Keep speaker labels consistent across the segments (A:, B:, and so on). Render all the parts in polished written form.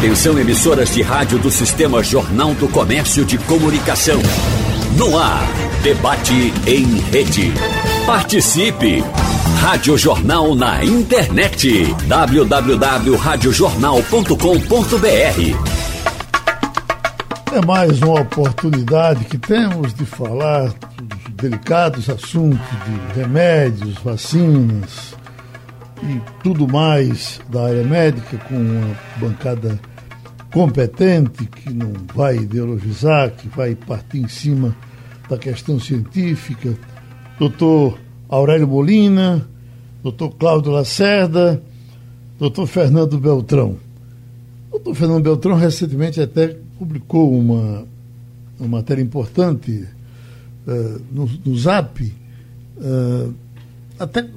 A: Atenção, emissoras de rádio do Sistema Jornal do Comércio de Comunicação. No ar, debate em rede. Participe! Rádio Jornal na internet. www.radiojornal.com.br.
B: É mais uma oportunidade que temos de falar dos delicados assuntos de remédios, vacinas e tudo mais da área médica, com uma bancada competente que não vai ideologizar, que vai partir em cima da questão científica. Doutor Aurélio Molina, doutor Cláudio Lacerda, doutor Fernando Beltrão. O doutor Fernando Beltrão recentemente até publicou uma matéria importante no Zap, até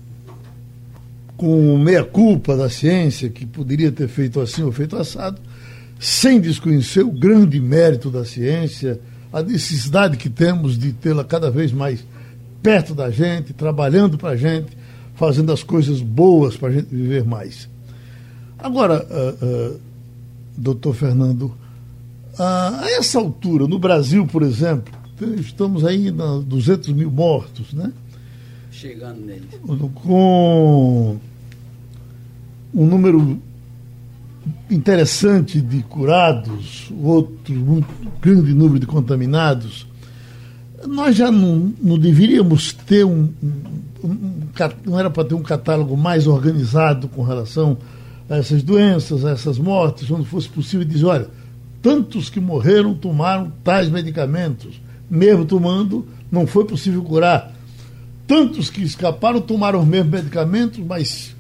B: com meia-culpa da ciência, que poderia ter feito assim ou feito assado, sem desconhecer o grande mérito da ciência, a necessidade que temos de tê-la cada vez mais perto da gente, trabalhando para a gente, fazendo as coisas boas para a gente viver mais. Agora, doutor Fernando, a essa altura, no Brasil, por exemplo, estamos aí na 200 mil mortos, né?
C: Chegando neles.
B: Com um número interessante de curados, um grande número de contaminados. Nós já não deveríamos ter não era para ter um catálogo mais organizado com relação a essas doenças, a essas mortes, onde fosse possível dizer, olha, tantos que morreram tomaram tais medicamentos, mesmo tomando, não foi possível curar. Tantos que escaparam tomaram os mesmos medicamentos, mas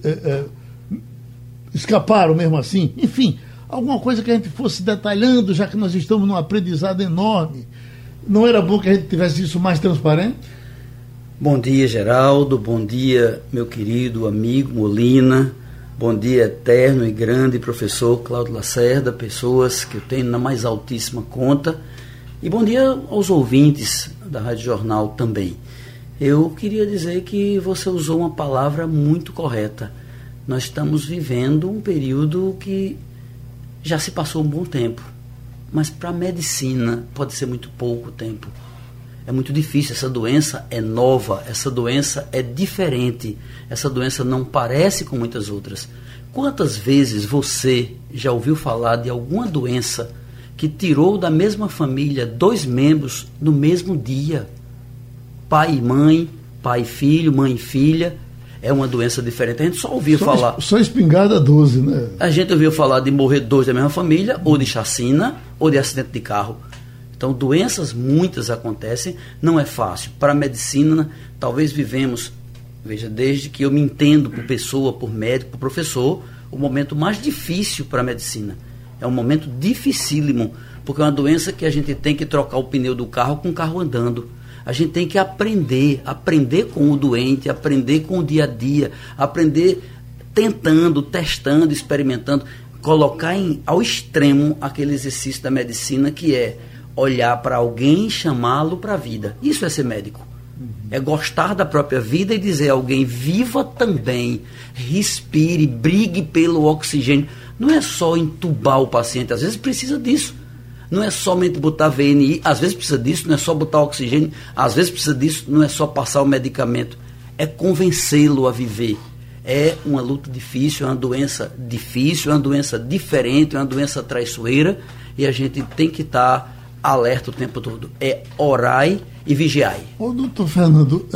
B: escaparam mesmo assim. Enfim, alguma coisa que a gente fosse detalhando, já que nós estamos num aprendizado enorme. Não era bom que a gente tivesse isso mais transparente?
C: Bom dia, Geraldo. Bom dia, meu querido amigo Molina. Bom dia, eterno e grande professor Cláudio Lacerda, pessoas que eu tenho na mais altíssima conta. E bom dia aos ouvintes da Rádio Jornal também. Eu queria dizer que você usou uma palavra muito correta. Nós estamos vivendo um período que já se passou um bom tempo, mas para a medicina pode ser muito pouco tempo. É muito difícil, essa doença é nova, essa doença é diferente, essa doença não parece com muitas outras. Quantas vezes você já ouviu falar de alguma doença que tirou da mesma família 2 membros no mesmo dia? Pai e mãe, pai e filho, mãe e filha, é uma doença diferente. A gente só ouvia falar...
B: Só espingarda 12, né?
C: A gente ouviu falar de morrer 2 da mesma família, ou de chacina, ou de acidente de carro. Então, doenças muitas acontecem, não é fácil. Para a medicina, talvez vivemos, veja, desde que eu me entendo por pessoa, por médico, por professor, o momento mais difícil para a medicina. É um momento dificílimo, porque é uma doença que a gente tem que trocar o pneu do carro com o carro andando. A gente tem que aprender com o doente, aprender com o dia a dia, aprender tentando, testando, experimentando, colocar ao extremo aquele exercício da medicina que é olhar para alguém e chamá-lo para a vida. Isso é ser médico. É gostar da própria vida e dizer a alguém, viva também, respire, brigue pelo oxigênio. Não é só entubar o paciente, às vezes precisa disso. Não é somente botar VNI, às vezes precisa disso, não é só botar oxigênio, às vezes precisa disso, não é só passar o medicamento. É convencê-lo a viver. É uma luta difícil, é uma doença difícil, é uma doença diferente, é uma doença traiçoeira, e a gente tem que estar alerta o tempo todo. É orai e vigiai.
B: Ô, doutor Fernando,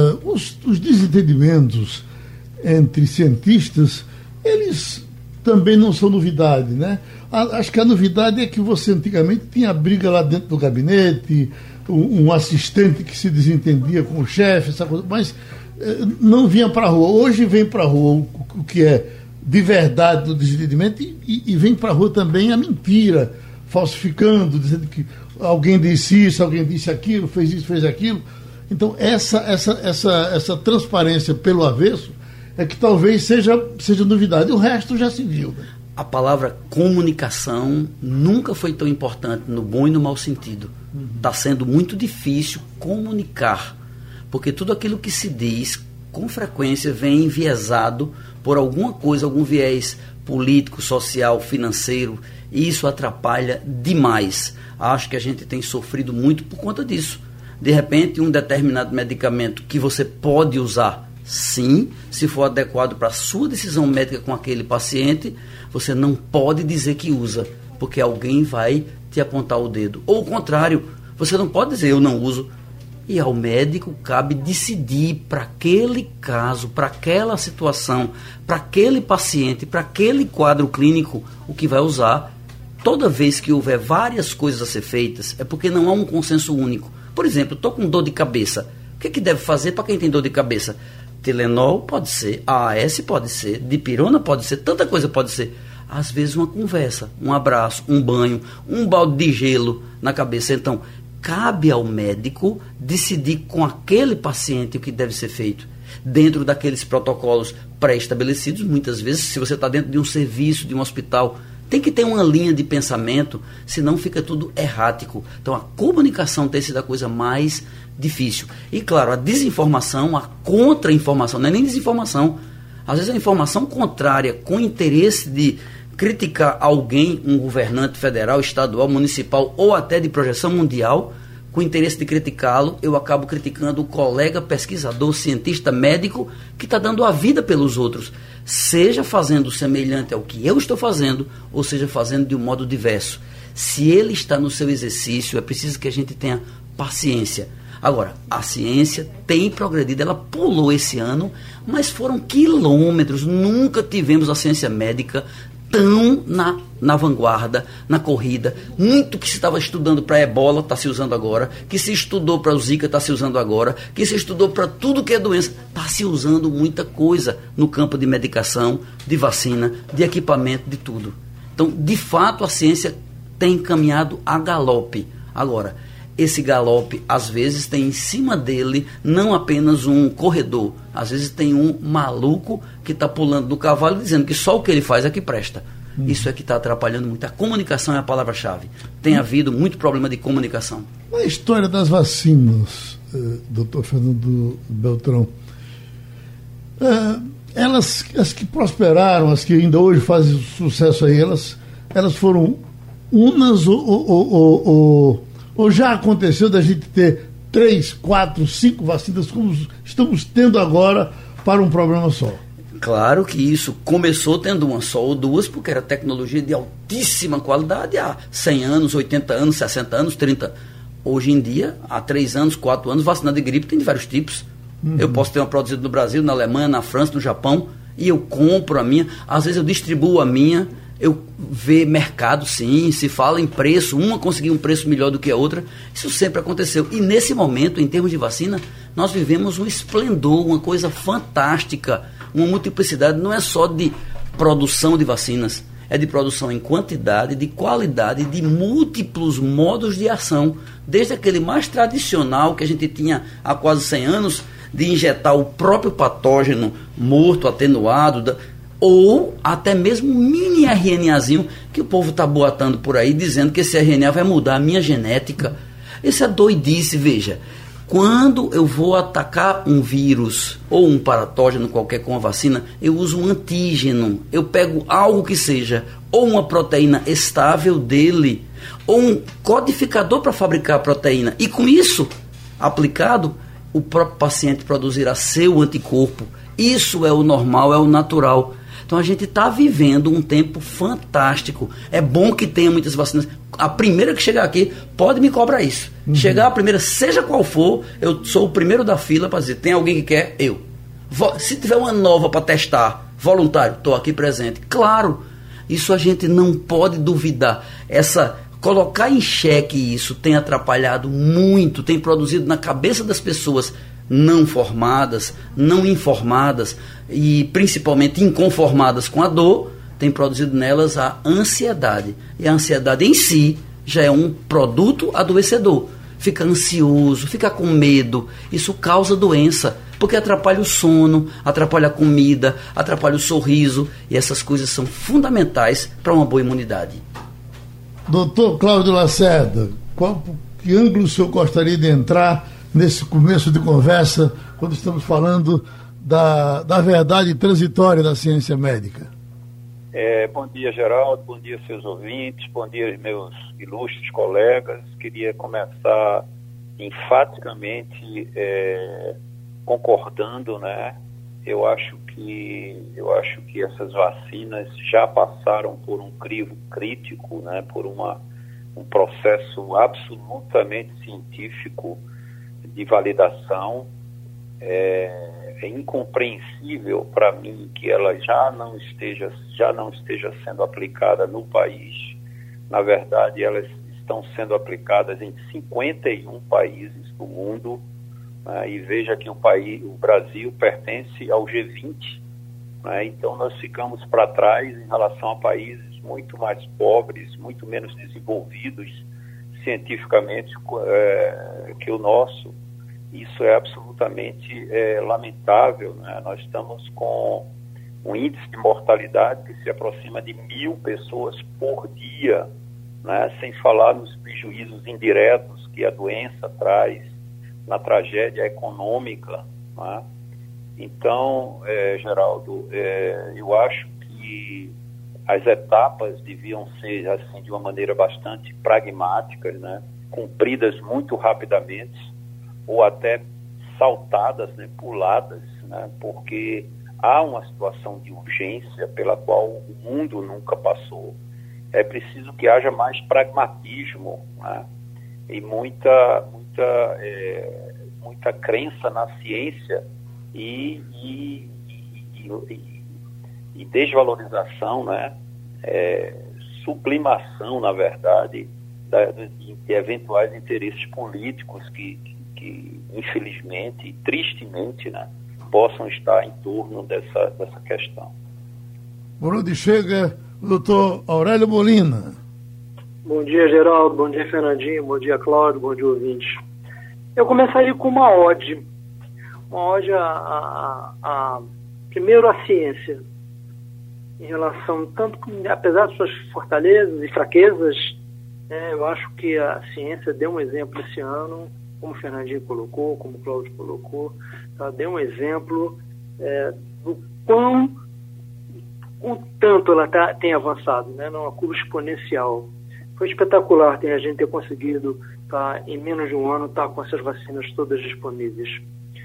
B: os desentendimentos entre cientistas, eles também não são novidade, né? Acho que a novidade é que você antigamente tinha briga lá dentro do gabinete, um assistente que se desentendia com o chefe, essa coisa, mas não vinha para a rua. Hoje vem para a rua o que é de verdade do desentendimento e vem para a rua também a mentira, falsificando, dizendo que alguém disse isso, alguém disse aquilo, fez isso, fez aquilo. Então essa transparência pelo avesso é que talvez seja novidade. O resto já se viu, né?
C: A palavra comunicação nunca foi tão importante no bom e no mau sentido. Está sendo muito difícil comunicar, porque tudo aquilo que se diz, com frequência, vem enviesado por alguma coisa, algum viés político, social, financeiro, e isso atrapalha demais. Acho que a gente tem sofrido muito por conta disso. De repente, um determinado medicamento que você pode usar, sim, se for adequado para a sua decisão médica com aquele paciente, você não pode dizer que usa, porque alguém vai te apontar o dedo. Ou o contrário, você não pode dizer eu não uso. E ao médico cabe decidir para aquele caso, para aquela situação, para aquele paciente, para aquele quadro clínico, o que vai usar. Toda vez que houver várias coisas a ser feitas, é porque não há um consenso único. Por exemplo, estou com dor de cabeça. O que deve fazer para quem tem dor de cabeça? Tilenol pode ser, AAS pode ser, dipirona pode ser, tanta coisa pode ser. Às vezes uma conversa, um abraço, um banho, um balde de gelo na cabeça. Então, cabe ao médico decidir com aquele paciente o que deve ser feito. Dentro daqueles protocolos pré-estabelecidos, muitas vezes, se você está dentro de um serviço, de um hospital, tem que ter uma linha de pensamento, senão fica tudo errático. Então, a comunicação tem sido a coisa mais difícil. E, claro, a desinformação, a contra-informação, não é nem desinformação. Às vezes, a informação contrária, com interesse de criticar alguém, um governante federal, estadual, municipal ou até de projeção mundial, com interesse de criticá-lo, eu acabo criticando o colega pesquisador, cientista, médico, que está dando a vida pelos outros, seja fazendo semelhante ao que eu estou fazendo, ou seja fazendo de um modo diverso. Se ele está no seu exercício, é preciso que a gente tenha paciência. Agora, a ciência tem progredido, ela pulou esse ano, mas foram quilômetros, nunca tivemos a ciência médica tão na vanguarda, na corrida. Muito que se estava estudando para ebola está se usando agora, que se estudou para o Zika está se usando agora, que se estudou para tudo que é doença, está se usando muita coisa no campo de medicação, de vacina, de equipamento, de tudo. Então, de fato, a ciência tem caminhado a galope. Agora, esse galope, às vezes, tem em cima dele não apenas um corredor, às vezes tem um maluco que está pulando do cavalo dizendo que só o que ele faz é que presta. Isso é que está atrapalhando muito. A comunicação é a palavra-chave. Tem havido muito problema de comunicação.
B: Na história das vacinas, doutor Fernando Beltrão, as que prosperaram, as que ainda hoje fazem sucesso aí, elas foram unas ou já aconteceu da gente ter 3, 4, 5 vacinas como estamos tendo agora para um problema só?
C: Claro que isso começou tendo uma só ou duas, porque era tecnologia de altíssima qualidade há 100 anos, 80 anos, 60 anos, 30. Hoje em dia, há 3 anos, 4 anos, vacina de gripe tem de vários tipos. Eu posso ter uma produzida no Brasil, na Alemanha, na França, no Japão, e eu compro a minha, às vezes eu distribuo a minha. Eu vejo mercado, sim, se fala em preço, uma conseguiu um preço melhor do que a outra, isso sempre aconteceu. E nesse momento, em termos de vacina, nós vivemos um esplendor, uma coisa fantástica, uma multiplicidade, não é só de produção de vacinas, é de produção em quantidade, de qualidade, de múltiplos modos de ação, desde aquele mais tradicional que a gente tinha há quase 100 anos, de injetar o próprio patógeno morto, atenuado, ou até mesmo um mini RNAzinho que o povo está boatando por aí, dizendo que esse RNA vai mudar a minha genética. Isso é doidice, veja. Quando eu vou atacar um vírus ou um paratógeno qualquer com a vacina, eu uso um antígeno. Eu pego algo que seja ou uma proteína estável dele, ou um codificador para fabricar a proteína. E com isso, aplicado, o próprio paciente produzirá seu anticorpo. Isso é o normal, é o natural. Então a gente está vivendo um tempo fantástico. É bom que tenha muitas vacinas. A primeira que chegar aqui pode me cobrar isso. Chegar a primeira, seja qual for, eu sou o primeiro da fila para dizer, tem alguém que quer? Eu. Se tiver uma nova para testar, voluntário, estou aqui presente. Claro, isso a gente não pode duvidar. Colocar em xeque isso tem atrapalhado muito, tem produzido na cabeça das pessoas não formadas, não informadas e principalmente inconformadas com a dor, tem produzido nelas a ansiedade. E a ansiedade em si já é um produto adoecedor. Fica ansioso, fica com medo, isso causa doença, porque atrapalha o sono, atrapalha a comida, atrapalha o sorriso, e essas coisas são fundamentais para uma boa imunidade.
B: Doutor Cláudio Lacerda, que ângulo o senhor gostaria de entrar nesse começo de conversa, quando estamos falando da verdade transitória da ciência médica?
D: Bom dia, Geraldo, bom dia, seus ouvintes, bom dia, meus ilustres colegas. Queria começar enfaticamente concordando, né? Eu acho que essas vacinas já passaram por um crivo crítico, né? Por um processo absolutamente científico de validação. É incompreensível para mim que ela já não esteja sendo aplicada no país. Na verdade, elas estão sendo aplicadas em 51 países do mundo, né? E veja que o Brasil pertence ao G20, né? Então nós ficamos para trás em relação a países muito mais pobres, muito menos desenvolvidos cientificamente que o nosso. Isso é absolutamente lamentável, né? Nós estamos com um índice de mortalidade que se aproxima de 1.000 pessoas por dia, né? Sem falar nos prejuízos indiretos que a doença traz, na tragédia econômica, né? Então, Geraldo, eu acho que as etapas deviam ser, assim, de uma maneira bastante pragmática, né? Cumpridas muito rapidamente, ou até saltadas, né, puladas, né, porque há uma situação de urgência pela qual o mundo nunca passou. É preciso que haja mais pragmatismo, né, e muita crença na ciência e desvalorização, né, sublimação, na verdade, de eventuais interesses políticos que infelizmente e tristemente, né, possam estar em torno dessa questão.
B: Por onde chega o doutor Aurélio Molina?
E: Bom dia, Geraldo, bom dia, Fernandinho, bom dia, Cláudio, bom dia, ouvintes. Eu começaria com uma ode primeiro à ciência, em relação, tanto apesar de suas fortalezas e fraquezas, eu acho que a ciência deu um exemplo esse ano, como o Fernandinho colocou, como o Cláudio colocou, tá? Deu um exemplo do o tanto ela tem avançado, né? Numa curva exponencial. Foi espetacular a gente ter conseguido, tá, em menos de um ano, estar com essas vacinas todas disponíveis.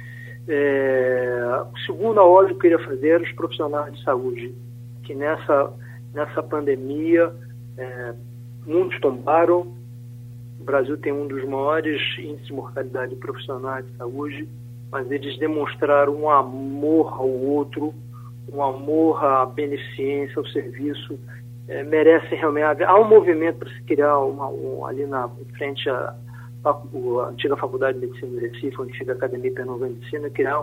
E: O segundo ódio que eu queria fazer era os profissionais de saúde, que nessa pandemia muitos tombaram. O Brasil tem um dos maiores índices de mortalidade de profissionais de saúde, mas eles demonstraram um amor ao outro, um amor à beneficência, ao serviço. Merecem realmente... Há um movimento para se criar ali em frente à antiga Faculdade de Medicina de Recife, a antiga Academia Pernambucana de Medicina, criar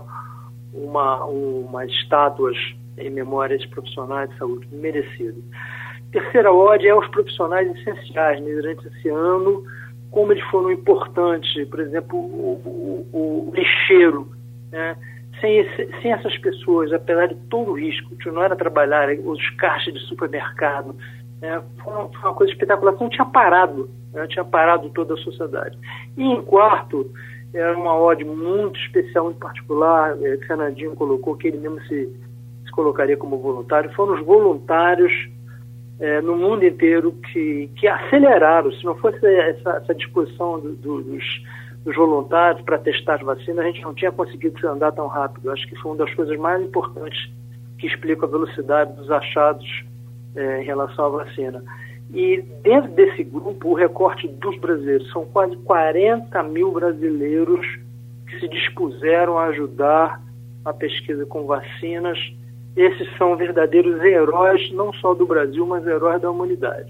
E: umas estátuas em memória de profissionais de saúde merecido. Terceira ode é aos profissionais essenciais, né, durante esse ano, como eles foram importantes, por exemplo, o lixeiro, né? Sem essas pessoas, apesar de todo o risco, continuar a trabalhar, os caixas de supermercado, né? Foi uma coisa espetacular, não tinha parado, né? Tinha parado toda a sociedade. E em quarto, era uma ode muito especial, muito particular, que Fernandinho colocou, que ele mesmo se colocaria como voluntário, foram os voluntários no mundo inteiro que aceleraram. Se não fosse essa disposição dos voluntários para testar as vacinas, a gente não tinha conseguido andar tão rápido. Acho que foi uma das coisas mais importantes que explica a velocidade dos achados em relação à vacina. E dentro desse grupo, o recorte dos brasileiros, são quase 40 mil brasileiros que se dispuseram a ajudar a pesquisa com vacinas. Esses são verdadeiros heróis, não só do Brasil, mas heróis da humanidade.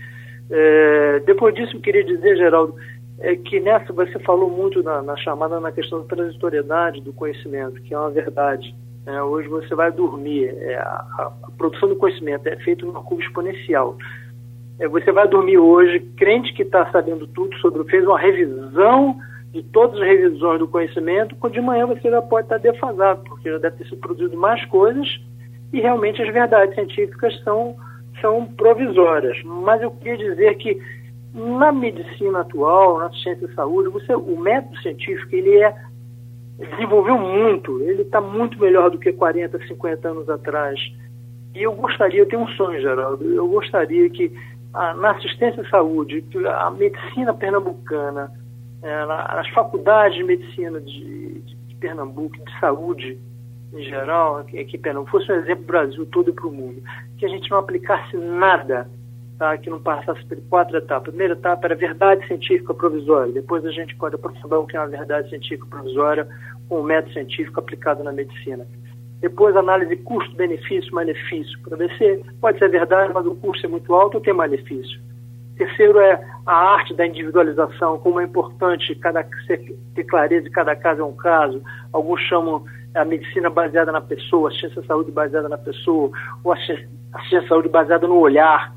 E: Depois disso, eu queria dizer, Geraldo, que nessa você falou muito na chamada na questão da transitoriedade do conhecimento, que é uma verdade. Hoje você vai dormir, a produção do conhecimento é feita numa curva exponencial. Você vai dormir hoje, crente que está sabendo tudo fez uma revisão de todas as revisões do conhecimento, quando de manhã você já pode estar defasado, porque já deve ter sido produzido mais coisas e realmente as verdades científicas são provisórias. Mas eu queria dizer que na medicina atual, na ciência da saúde, o método científico ele é desenvolveu muito, ele está muito melhor do que 40, 50 anos atrás. E eu tenho um sonho, Geraldo, eu gostaria que na assistência à saúde, a medicina pernambucana, nas faculdades de medicina de Pernambuco, de saúde em geral, aqui em Pernambuco, fosse um exemplo para o Brasil todo e para o mundo, que a gente não aplicasse nada, tá? Que não passasse por 4 etapas. A primeira etapa era verdade científica provisória, depois a gente pode aprofundar o que é uma verdade científica provisória com o método científico aplicado na medicina. Depois análise custo-benefício, malefício, para ver se pode ser verdade, mas o custo é muito alto ou tem malefício. Terceiro é a arte da individualização, como é importante ter clareza de cada caso é um caso. Alguns chamam a medicina baseada na pessoa, a ciência da saúde baseada na pessoa, ou a ciência da saúde baseada no olhar.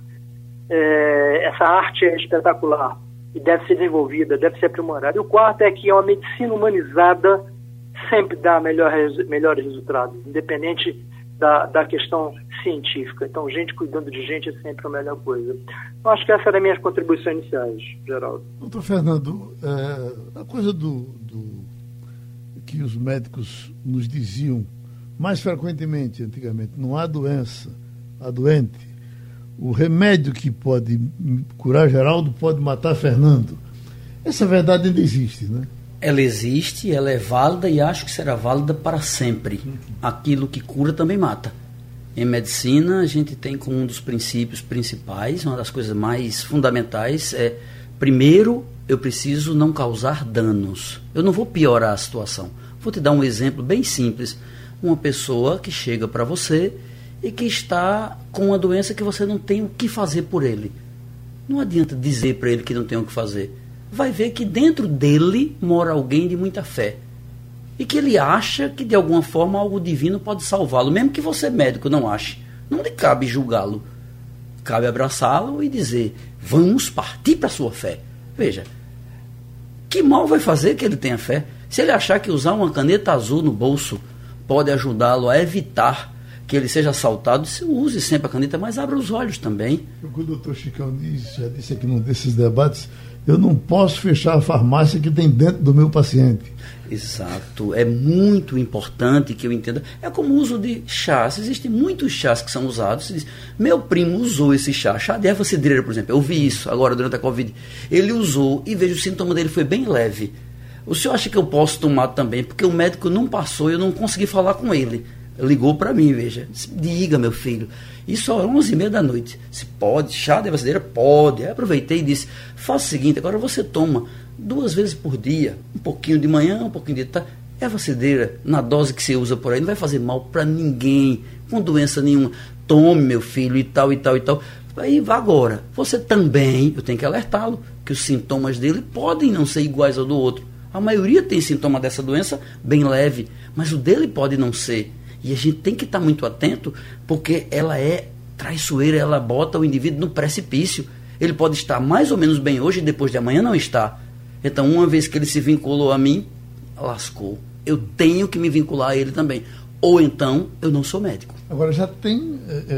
E: Essa arte é espetacular e deve ser desenvolvida, deve ser aprimorada. E o quarto é que uma medicina humanizada sempre dá melhores resultados, independente da questão científica. Então, gente cuidando de gente é sempre a melhor coisa. Eu acho que essas eram as minhas contribuições iniciais, Geraldo.
B: Doutor Fernando, a coisa que os médicos nos diziam mais frequentemente antigamente, não há doença, há doente. O remédio que pode curar Geraldo pode matar Fernando. Essa verdade ainda existe, né?
C: Ela existe, ela é válida e acho que será válida para sempre. Aquilo que cura também mata. Em medicina, a gente tem como um dos princípios principais, uma das coisas mais fundamentais primeiro, eu preciso não causar danos. Eu não vou piorar a situação. Vou te dar um exemplo bem simples. Uma pessoa que chega para você e que está com uma doença que você não tem o que fazer por ele. Não adianta dizer para ele que não tem o que fazer. Vai ver que dentro dele mora alguém de muita fé. E que ele acha que de alguma forma algo divino pode salvá-lo. Mesmo que você, médico, não ache. Não lhe cabe julgá-lo. Cabe abraçá-lo e dizer, vamos partir para a sua fé. Veja, que mal vai fazer que ele tenha fé? Se ele achar que usar uma caneta azul no bolso pode ajudá-lo a evitar que ele seja assaltado, use sempre a caneta, mas abra os olhos também.
B: O que o doutor Chicão já disse aqui num desses debates, eu não posso fechar a farmácia que tem dentro do meu paciente.
C: Exato, é muito importante que eu entenda. É como o uso de chás. Existem muitos chás que são usados. Você diz, meu primo usou esse chá de erva cidreira, por exemplo. Eu vi isso agora durante a Covid. Ele usou e vejo o sintoma dele foi bem leve. O senhor acha que eu posso tomar também? Porque o médico não passou e eu não consegui falar com ele. Ligou para mim, veja. Diga, meu filho. Isso às 11h30 da noite. Se pode, chá de erva cidreira? Pode. Aí aproveitei e disse, faça o seguinte, agora você toma 2 vezes por dia, um pouquinho de manhã, um pouquinho de tarde. Erva cidreira, na dose que você usa por aí, não vai fazer mal para ninguém, com doença nenhuma. Tome, meu filho, e tal, e tal, e tal. Aí vá agora. Você também, eu tenho que alertá-lo, que os sintomas dele podem não ser iguais ao do outro. A maioria tem sintoma dessa doença bem leve, mas o dele pode não ser. E a gente tem que estar muito atento, porque ela é traiçoeira, ela bota o indivíduo no precipício. Ele pode estar mais ou menos bem hoje e depois de amanhã não está. Então, uma vez que ele se vinculou a mim, lascou. Eu tenho que me vincular a ele também. Ou então, eu não sou médico.
B: Agora, já tem,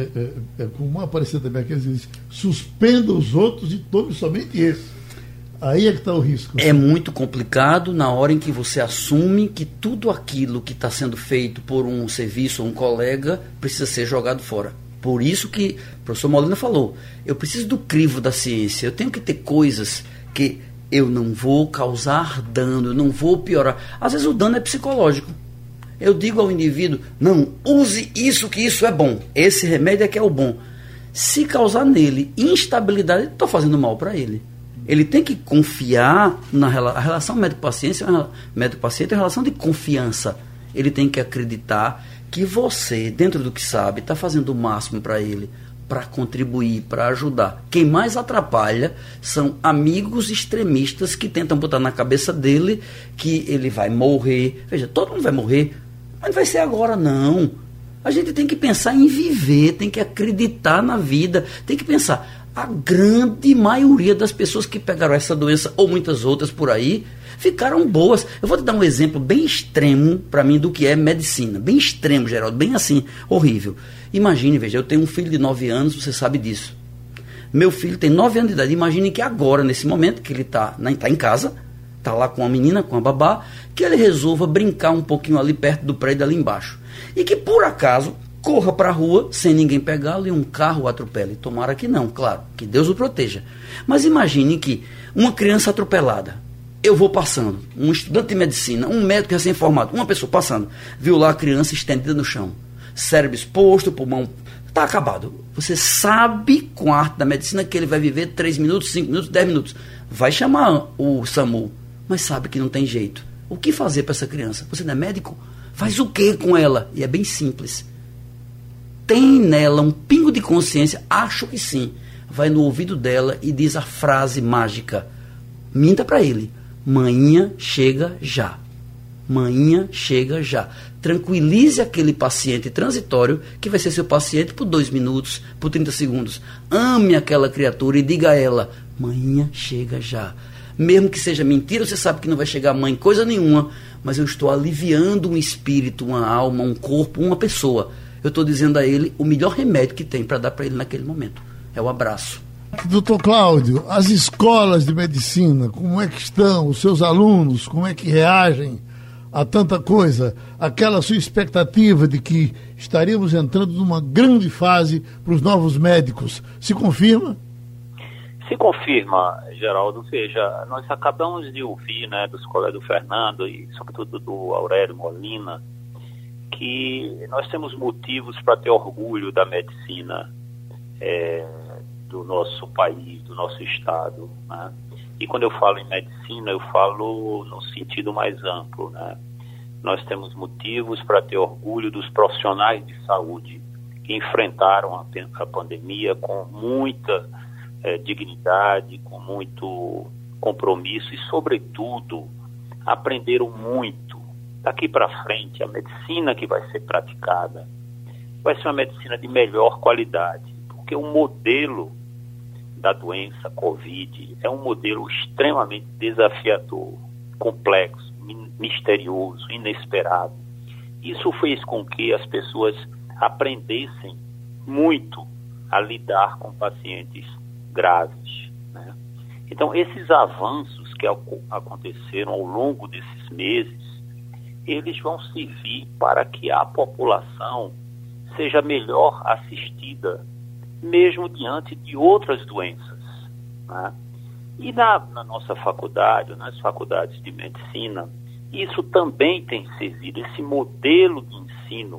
B: como apareceu também aqueles que dizem, suspenda os outros e tome somente esse. Aí é que está o risco.
C: É muito complicado na hora em que você assume que tudo aquilo que está sendo feito por um serviço ou um colega precisa ser jogado fora. Por isso que o professor Molina falou, eu preciso do crivo da ciência, eu tenho que ter coisas que eu não vou causar dano, eu não vou piorar. Às vezes o dano é psicológico. Eu digo ao indivíduo, não, use isso que isso é bom, esse remédio é que é o bom. Se causar nele instabilidade, estou fazendo mal para ele. Ele tem que confiar na relação médico-paciente, é uma relação de confiança. Ele tem que acreditar que você, dentro do que sabe, está fazendo o máximo para ele, para contribuir, para ajudar. Quem mais atrapalha são amigos extremistas que tentam botar na cabeça dele que ele vai morrer. Veja, todo mundo vai morrer, mas não vai ser agora, não. A gente tem que pensar em viver, tem que acreditar na vida, tem que pensar... A grande maioria das pessoas que pegaram essa doença, ou muitas outras por aí, ficaram boas. Eu vou te dar um exemplo bem extremo para mim do que é medicina. Bem extremo, Geraldo, bem assim, horrível. Imagine, veja, eu tenho um filho de 9 anos, você sabe disso. Meu filho tem 9 anos de idade. Imagine que agora, nesse momento, que ele está em casa, está lá com a menina, com a babá, que ele resolva brincar um pouquinho ali perto do prédio ali embaixo. E que por acaso corra para a rua sem ninguém pegá-lo e um carro o atropele. Tomara que não, claro, que Deus o proteja. Mas imagine que uma criança atropelada, eu vou passando, um estudante de medicina, um médico recém-formado, uma pessoa passando, viu lá a criança estendida no chão, cérebro exposto, pulmão, está acabado. Você sabe com a arte da medicina que ele vai viver 3 minutos, 5 minutos, 10 minutos. Vai chamar o SAMU, mas sabe que não tem jeito. O que fazer para essa criança? Você não é médico? Faz o que com ela? E é bem simples. Tem nela um pingo de consciência? Acho que sim. Vai no ouvido dela e diz a frase mágica. Minta para ele. Manhinha chega já. Manhinha chega já. Tranquilize aquele paciente transitório que vai ser seu paciente por 2 minutos, por 30 segundos. Ame aquela criatura e diga a ela, manhinha chega já. Mesmo que seja mentira, você sabe que não vai chegar a mãe coisa nenhuma, mas eu estou aliviando um espírito, uma alma, um corpo, uma pessoa. Eu estou dizendo a ele o melhor remédio que tem para dar para ele naquele momento. É o abraço.
B: Doutor Cláudio, as escolas de medicina, como é que estão? Os seus alunos, como é que reagem a tanta coisa? Aquela sua expectativa de que estaríamos entrando numa grande fase para os novos médicos, se confirma?
D: Se confirma, Geraldo. Veja, nós acabamos de ouvir, né, dos colegas do Fernando e sobretudo do Aurélio Molina, que nós temos motivos para ter orgulho da medicina do nosso país, do nosso estado, né? E quando eu falo em medicina, eu falo no sentido mais amplo, né? Nós temos motivos para ter orgulho dos profissionais de saúde que enfrentaram a pandemia com muita dignidade, com muito compromisso e, sobretudo, aprenderam muito. Daqui para frente, a medicina que vai ser praticada vai ser uma medicina de melhor qualidade, porque o modelo da doença Covid é um modelo extremamente desafiador, complexo, misterioso, inesperado. Isso fez com que as pessoas aprendessem muito a lidar com pacientes graves, né? Então, esses avanços que aconteceram ao longo desses meses, eles vão servir para que a população seja melhor assistida, mesmo diante de outras doenças, né? E na nossa faculdade, nas faculdades de medicina, isso também tem servido, esse modelo de ensino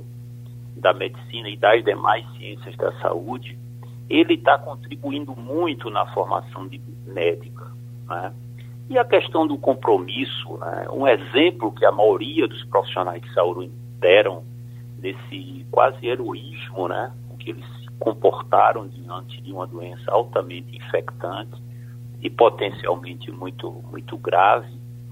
D: da medicina e das demais ciências da saúde, ele está contribuindo muito na formação médica, né? E a questão do compromisso, né? Um exemplo que a maioria dos profissionais de saúde deram desse quase heroísmo, né? Com que eles se comportaram diante de uma doença altamente infectante e potencialmente muito, muito grave,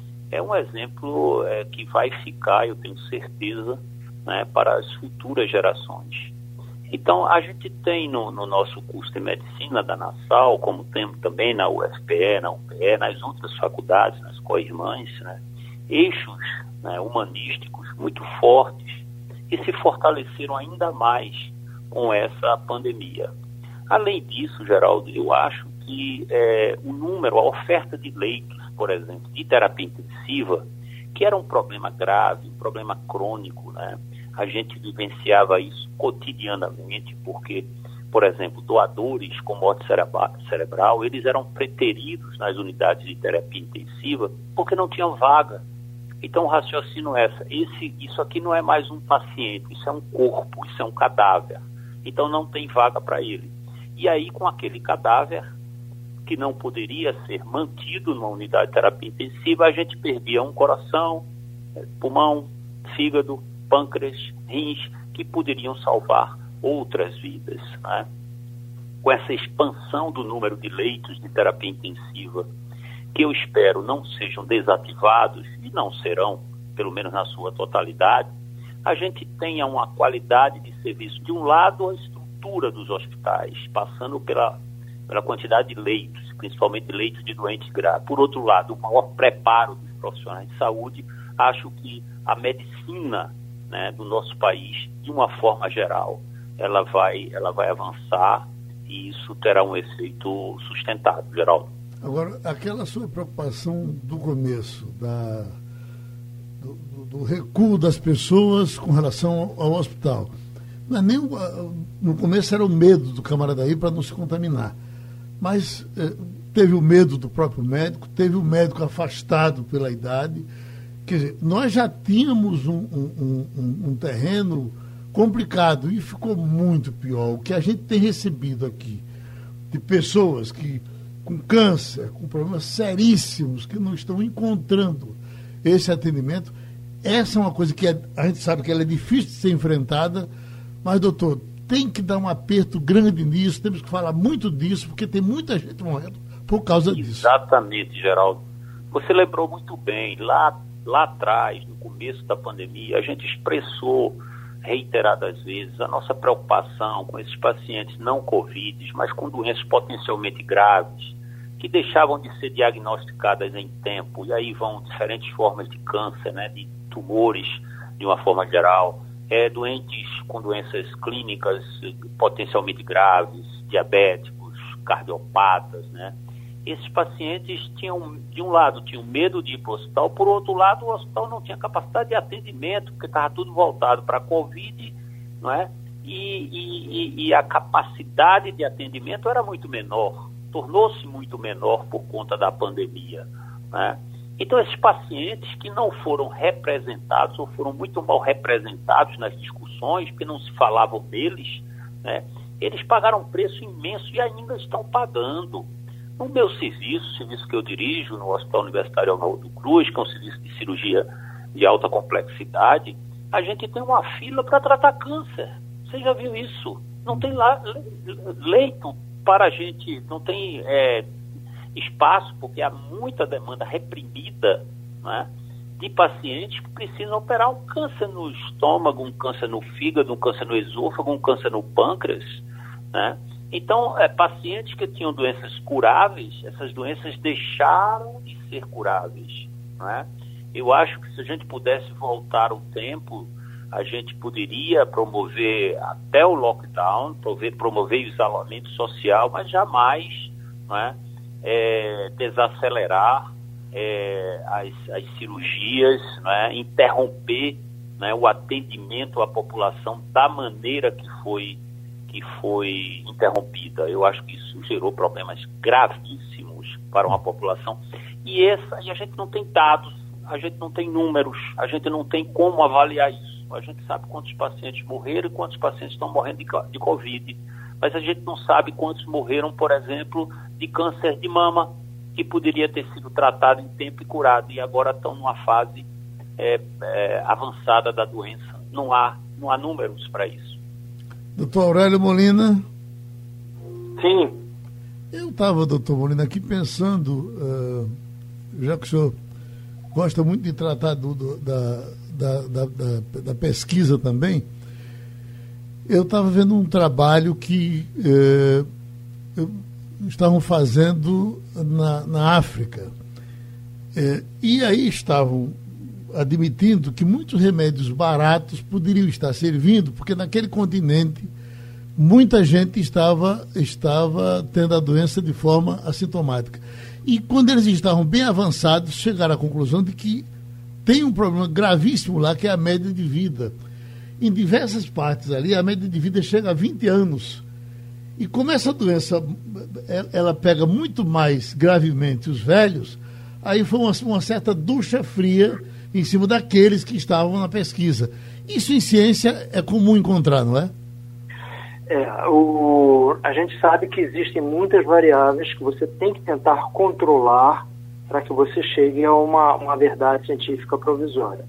D: é um exemplo que vai ficar, eu tenho certeza, né, para as futuras gerações. Então, a gente tem no nosso curso de medicina da Nassau, como temos também na UFPE, na UPE, nas outras faculdades, nas co-irmãs, né, eixos, né, humanísticos muito fortes que se fortaleceram ainda mais com essa pandemia. Além disso, Geraldo, eu acho que o número, a oferta de leitos, por exemplo, de terapia intensiva, que era um problema grave, um problema crônico, né? A gente vivenciava isso cotidianamente, porque, por exemplo, doadores com morte cerebral, eles eram preteridos nas unidades de terapia intensiva porque não tinham vaga. Então, o raciocínio é isso aqui não é mais um paciente, isso é um corpo, isso é um cadáver. Então, não tem vaga para ele. E aí, com aquele cadáver, que não poderia ser mantido numa unidade de terapia intensiva, a gente perdia um coração, pulmão, fígado, pâncreas, rins, que poderiam salvar outras vidas, né? Com essa expansão do número de leitos de terapia intensiva, que eu espero não sejam desativados, e não serão, pelo menos na sua totalidade, a gente tenha uma qualidade de serviço. De um lado, a estrutura dos hospitais, passando pela quantidade de leitos, principalmente leitos de doentes graves. Por outro lado, o maior preparo dos profissionais de saúde. Acho que a medicina, né, do nosso país, de uma forma geral, ela vai avançar e isso terá um efeito sustentado, Geraldo.
B: Agora, aquela sua preocupação do começo, do recuo das pessoas com relação ao hospital. Não é nem no começo era o medo do camarada aí para não se contaminar. Mas teve o medo do próprio médico, teve o médico afastado pela idade. Quer dizer, nós já tínhamos um terreno complicado e ficou muito pior. O que a gente tem recebido aqui de pessoas com câncer, com problemas seríssimos, que não estão encontrando esse atendimento, essa é uma coisa que a gente sabe que ela é difícil de ser enfrentada, mas, doutor, tem que dar um aperto grande nisso, temos que falar muito disso, porque tem muita gente morrendo por causa disso.
D: Exatamente, Geraldo. Você lembrou muito bem, lá atrás, no começo da pandemia, a gente expressou reiteradas vezes a nossa preocupação com esses pacientes não Covid, mas com doenças potencialmente graves, que deixavam de ser diagnosticadas em tempo, e aí vão diferentes formas de câncer, né, de tumores, de uma forma geral, doentes com doenças clínicas potencialmente graves, diabéticos, cardiopatas, né? Esses pacientes tinham, de um lado, tinham medo de ir para o hospital, por outro lado, o hospital não tinha capacidade de atendimento, porque estava tudo voltado para a Covid, não é? E a capacidade de atendimento era muito menor, tornou-se muito menor por conta da pandemia, né? Então, esses pacientes que não foram representados, ou foram muito mal representados nas discussões, porque não se falavam deles, né? Eles pagaram um preço imenso e ainda estão pagando. No meu serviço que eu dirijo no Hospital Universitário Arnaldo Cruz, que é um serviço de cirurgia de alta complexidade, a gente tem uma fila para tratar câncer. Você já viu isso? Não tem lá leito para a gente, não tem espaço, porque há muita demanda reprimida, né, de pacientes que precisam operar um câncer no estômago, um câncer no fígado, um câncer no esôfago, um câncer no pâncreas, né? Então, pacientes que tinham doenças curáveis, essas doenças deixaram de ser curáveis, né? Eu acho que se a gente pudesse voltar o tempo, a gente poderia promover até o lockdown, promover o isolamento social, mas jamais, né, desacelerar as cirurgias, né, interromper, né, o atendimento à população da maneira que foi interrompida. Eu acho que isso gerou problemas gravíssimos para uma população. E a gente não tem dados, a gente não tem números, a gente não tem como avaliar isso. A gente sabe quantos pacientes morreram e quantos pacientes estão morrendo de Covid. Mas a gente não sabe quantos morreram, por exemplo, de câncer de mama, que poderia ter sido tratado em tempo e curado, e agora estão numa fase avançada da doença. Não há números para isso.
B: Doutor Aurélio Molina.
E: Sim.
B: Eu estava, doutor Molina, aqui pensando, já que o senhor gosta muito de tratar da pesquisa também, eu estava vendo um trabalho que estavam fazendo na África. E aí estavam admitindo que muitos remédios baratos poderiam estar servindo, porque naquele continente muita gente estava tendo a doença de forma assintomática. E quando eles estavam bem avançados, chegaram à conclusão de que tem um problema gravíssimo lá, que é a média de vida. Em diversas partes ali, a média de vida chega a 20 anos. E como essa doença ela pega muito mais gravemente os velhos, aí foi uma certa ducha fria em cima daqueles que estavam na pesquisa. Isso em ciência é comum encontrar, não é?
E: A gente sabe que existem muitas variáveis que você tem que tentar controlar para que você chegue a uma verdade científica provisória.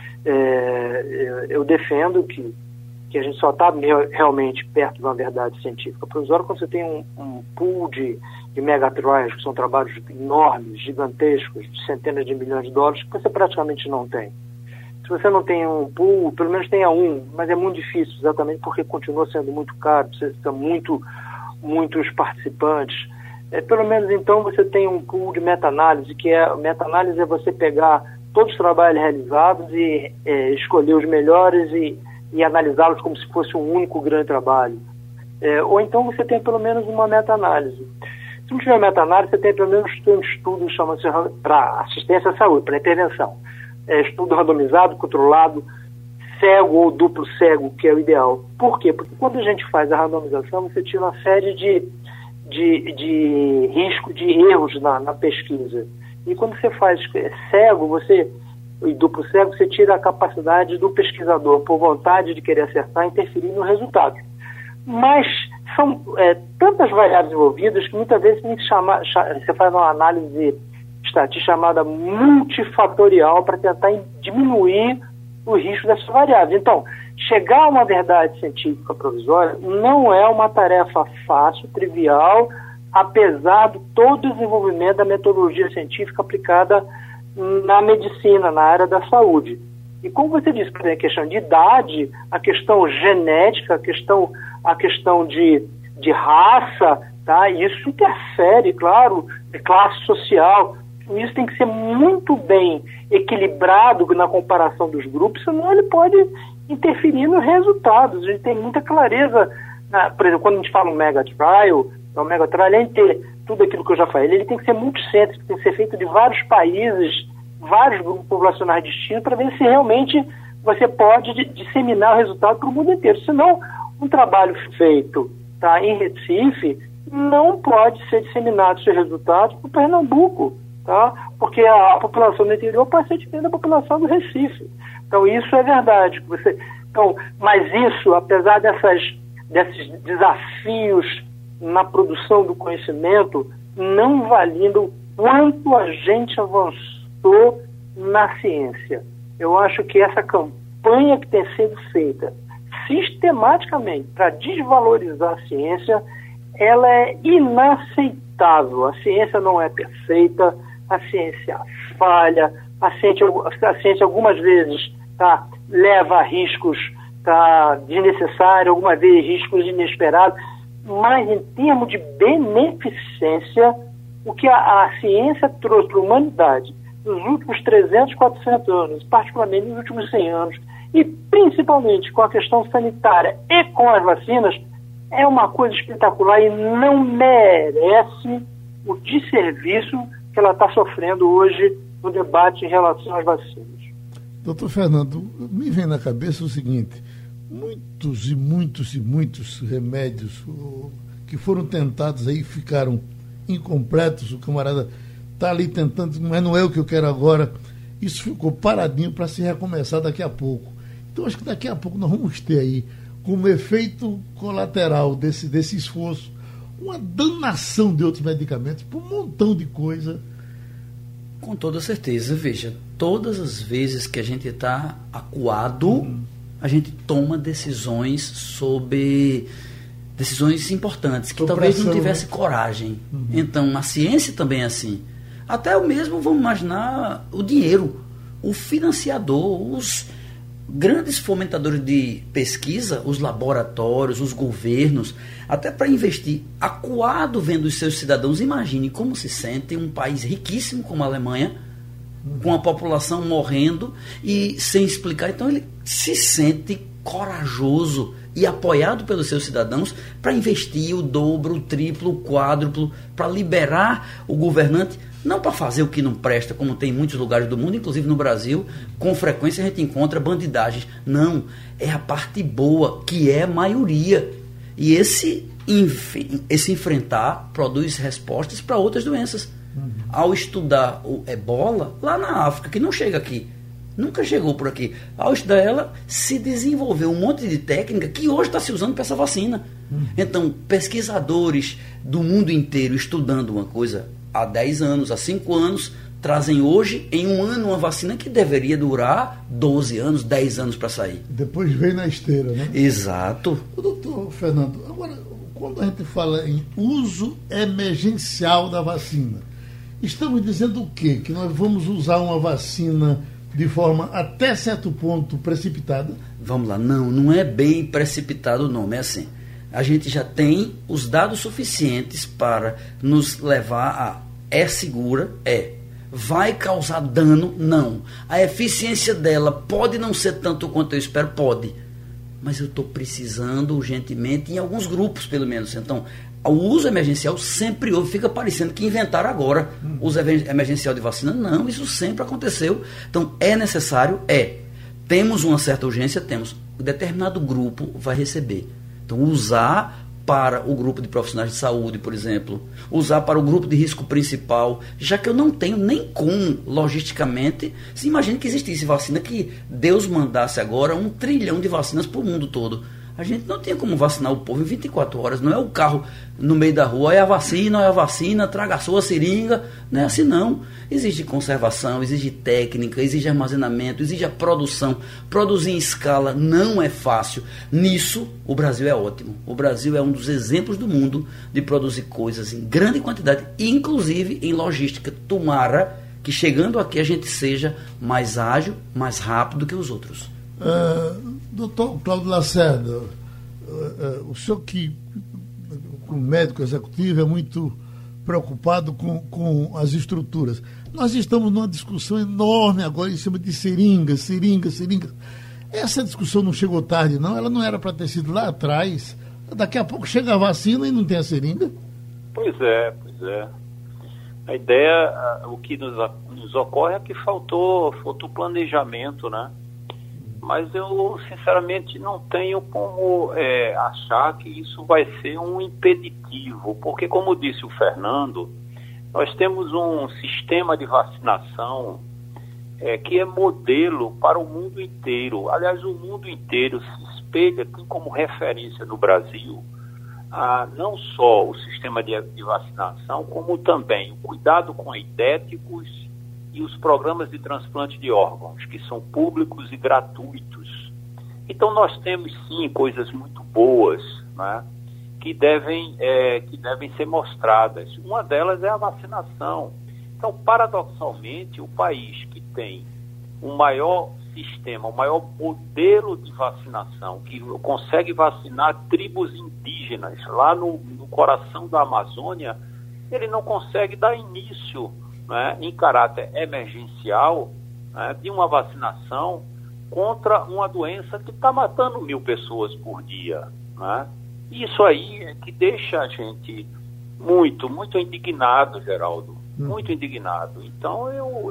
E: Eu defendo que a gente só está realmente perto de uma verdade científica provisória quando você tem um pool de megatrials, que são trabalhos enormes, gigantescos, de centenas de milhões de dólares, que você praticamente não tem. Se você não tem um pool, pelo menos tenha um, mas é muito difícil, exatamente porque continua sendo muito caro, precisa muitos participantes. Pelo menos então você tem um pool de meta-análise, meta-análise é você pegar todos os trabalhos realizados e escolher os melhores e analisá-los como se fosse um único grande trabalho. Ou então você tem pelo menos uma meta-análise. Se não tiver meta-análise, você tem pelo menos um estudo chamado para assistência à saúde, para intervenção. Estudo randomizado, controlado, cego ou duplo cego, que é o ideal. Por quê? Porque quando a gente faz a randomização, você tira uma série de risco de erros na pesquisa. E quando você faz cego, e duplo cego, você tira a capacidade do pesquisador, por vontade de querer acertar, interferir no resultado. Mas são tantas variáveis envolvidas que muitas vezes você faz uma análise estatística chamada multifatorial para tentar diminuir o risco dessas variáveis. Então, chegar a uma verdade científica provisória não é uma tarefa fácil, trivial, apesar de todo o desenvolvimento da metodologia científica aplicada na medicina, na área da saúde. E como você disse, por exemplo, a questão de idade, a questão genética, a questão de raça, tá? Isso interfere, claro, de classe social. Isso tem que ser muito bem equilibrado na comparação dos grupos, senão ele pode interferir nos resultados. A gente tem muita clareza, por exemplo, quando a gente fala um mega trial, além de ter tudo aquilo que eu já falei, ele tem que ser multicêntrico, tem que ser feito de vários países, vários grupos populacionais distintos, para ver se realmente você pode disseminar o resultado para o mundo inteiro. Senão, um trabalho feito em Recife não pode ser disseminado seus resultados para o Pernambuco, tá? Porque a população do interior pode ser diferente da população do Recife. Então, isso é verdade. Mas isso, apesar desses desafios na produção do conhecimento, não valida o quanto a gente avançou na ciência. Eu acho que essa campanha que tem sido feita sistematicamente para desvalorizar a ciência, ela é inaceitável. A ciência não é perfeita, a ciência falha, a ciência algumas vezes leva a riscos desnecessários, algumas vezes riscos inesperados, mas em termos de beneficência, o que a ciência trouxe para a humanidade nos últimos 300, 400 anos, particularmente nos últimos 100 anos, e principalmente com a questão sanitária e com as vacinas, é uma coisa espetacular e não merece o desserviço que ela está sofrendo hoje no debate em relação às vacinas.
B: Doutor Fernando, me vem na cabeça o seguinte: muitos e muitos remédios que foram tentados aí ficaram incompletos, o camarada está ali tentando, mas não é o que eu quero agora. Isso ficou paradinho para se recomeçar daqui a pouco. Então acho que daqui a pouco nós vamos ter aí, como efeito colateral desse esforço, uma danação de outros medicamentos por um montão de coisa.
C: Com toda certeza. Veja, todas as vezes que a gente está acuado, a gente toma decisões importantes, que talvez não tivesse coragem. Então, a ciência também é assim. Até o mesmo, vamos imaginar, o dinheiro, o financiador, os grandes fomentadores de pesquisa, os laboratórios, os governos, até para investir acuado vendo os seus cidadãos. Imagine como se sente um país riquíssimo como a Alemanha, com a população morrendo e sem explicar. Então ele se sente corajoso e apoiado pelos seus cidadãos para investir o dobro, o triplo, o quádruplo, para liberar o governante, não para fazer o que não presta, como tem em muitos lugares do mundo, inclusive no Brasil, com frequência a gente encontra bandidagens. Não, é a parte boa, que é a maioria. E esse enfrentar produz respostas para outras doenças. Ao estudar o ebola, lá na África, que não chega aqui, nunca chegou por aqui, ao estudar ela, se desenvolveu um monte de técnica que hoje está se usando para essa vacina. Então, pesquisadores do mundo inteiro estudando uma coisa há 10 anos, há 5 anos, trazem hoje, em um ano, uma vacina que deveria durar 12 anos, 10 anos para sair.
B: Depois vem na esteira, né?
C: Exato.
B: Doutor Fernando, agora, quando a gente fala em uso emergencial da vacina, estamos dizendo o quê? Que nós vamos usar uma vacina de forma até certo ponto precipitada? Vamos lá,
C: não é bem precipitado o nome, é assim. A gente já tem os dados suficientes para nos levar a é segura, vai causar dano, não. A eficiência dela pode não ser tanto quanto eu espero, pode. Mas eu estou precisando urgentemente, em alguns grupos pelo menos. Então, O uso emergencial sempre houve, fica parecendo que inventaram agora o uso emergencial de vacina. Não, isso sempre aconteceu. Então, é necessário, temos uma certa urgência, temos. Um determinado grupo vai receber. Então, usar para o grupo de profissionais de saúde, por exemplo, usar para o grupo de risco principal, já que eu não tenho nem como, logisticamente, se imagine que existisse vacina, que Deus mandasse agora 1 trilhão de vacinas para o mundo todo. A gente não tinha como vacinar o povo em 24 horas, não é o carro no meio da rua, é a vacina, traga a sua seringa, não é assim não. Exige conservação, exige técnica, exige armazenamento, exige a produção. Produzir em escala não é fácil. Nisso, o Brasil é ótimo. O Brasil é um dos exemplos do mundo de produzir coisas em grande quantidade, inclusive em logística. Tomara que chegando aqui a gente seja mais ágil, mais rápido que os outros.
B: Doutor Cláudio Lacerda, o senhor que, como médico executivo, é muito preocupado com as estruturas. Nós estamos numa discussão enorme agora em cima de seringa. Essa discussão não chegou tarde, não? Ela não era para ter sido lá atrás. Daqui a pouco chega a vacina e não tem a seringa?
D: Pois é. A ideia, o que nos ocorre é que faltou planejamento, né? Mas eu, sinceramente, não tenho como achar que isso vai ser um impeditivo, porque, como disse o Fernando, nós temos um sistema de vacinação que é modelo para o mundo inteiro. Aliás, o mundo inteiro se espelha, tem como referência no Brasil, não só o sistema de vacinação, como também o cuidado com aidéticos e os programas de transplante de órgãos, que são públicos e gratuitos. Então, nós temos, sim, coisas muito boas, né, que devem ser mostradas. Uma delas é a vacinação. Então, paradoxalmente, o país que tem o maior sistema, o maior modelo de vacinação, que consegue vacinar tribos indígenas lá no coração da Amazônia, ele não consegue dar início, né, em caráter emergencial, né, de uma vacinação contra uma doença que está matando 1.000 pessoas por dia, né? Isso aí é que deixa a gente muito indignado, Geraldo, muito indignado. Então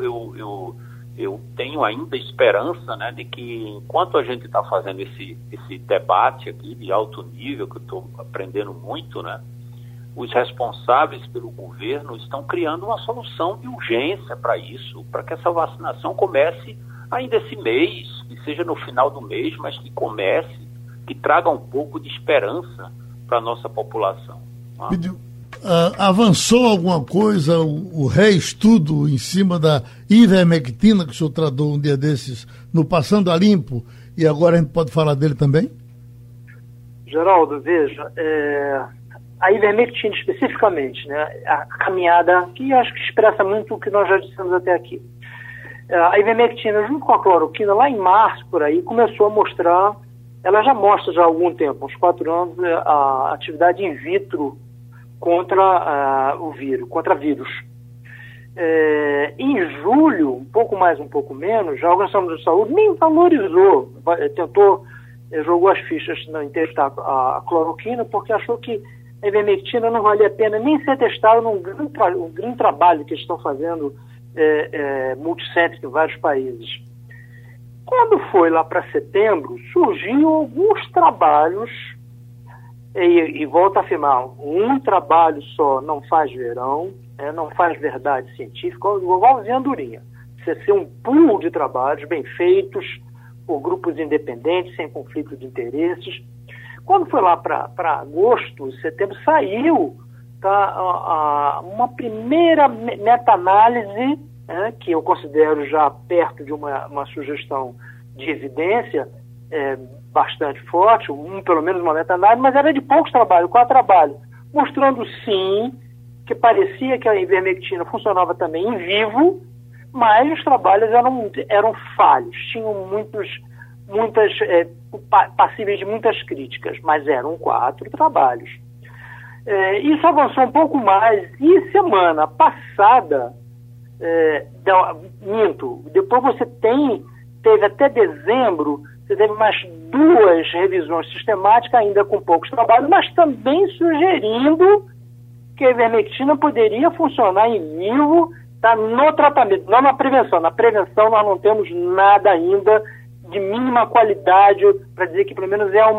D: eu tenho ainda esperança, né, de que enquanto a gente está fazendo esse debate aqui de alto nível, que eu estou aprendendo muito, né, os responsáveis pelo governo estão criando uma solução de urgência para isso, para que essa vacinação comece ainda esse mês, que seja no final do mês, mas que comece, que traga um pouco de esperança para a nossa população. Tá?
B: Avançou alguma coisa, o reestudo em cima da ivermectina, que o senhor tratou um dia desses no Passando a Limpo, e agora a gente pode falar dele também?
E: Geraldo, veja, a ivermectina especificamente, né, a caminhada, que acho que expressa muito o que nós já dissemos até aqui. A ivermectina, junto com a cloroquina, lá em março, por aí, começou a mostrar, ela já mostra já há algum tempo, uns 4 anos, a atividade in vitro contra o vírus, contra vírus. Em julho, um pouco mais, um pouco menos, já a Organização Mundial de Saúde nem valorizou, jogou as fichas em testar a cloroquina, porque achou que a ivermectina não valia a pena nem ser testada num grande trabalho que eles estão fazendo multicêntrico em vários países. Quando foi lá para setembro, surgiu alguns trabalhos, e volto a afirmar, um trabalho só não faz verão, não faz verdade científica, igualzinho a andorinha. Precisa ser um pool de trabalhos bem feitos, por grupos independentes, sem conflito de interesses. Quando foi lá para agosto, setembro, saiu uma primeira meta-análise, que eu considero já perto de uma sugestão de evidência bastante forte, pelo menos uma meta-análise, mas era de poucos trabalhos, 4 trabalhos, mostrando sim que parecia que a ivermectina funcionava também em vivo, mas os trabalhos eram falhos, tinham passíveis de muitas críticas, mas eram 4 trabalhos. Isso avançou um pouco mais, e semana passada, depois você teve até dezembro você teve mais 2 revisões sistemáticas, ainda com poucos trabalhos, mas também sugerindo que a ivermectina poderia funcionar em vivo, tá, no tratamento, não na prevenção. Na prevenção nós não temos nada ainda de mínima qualidade para dizer que pelo menos é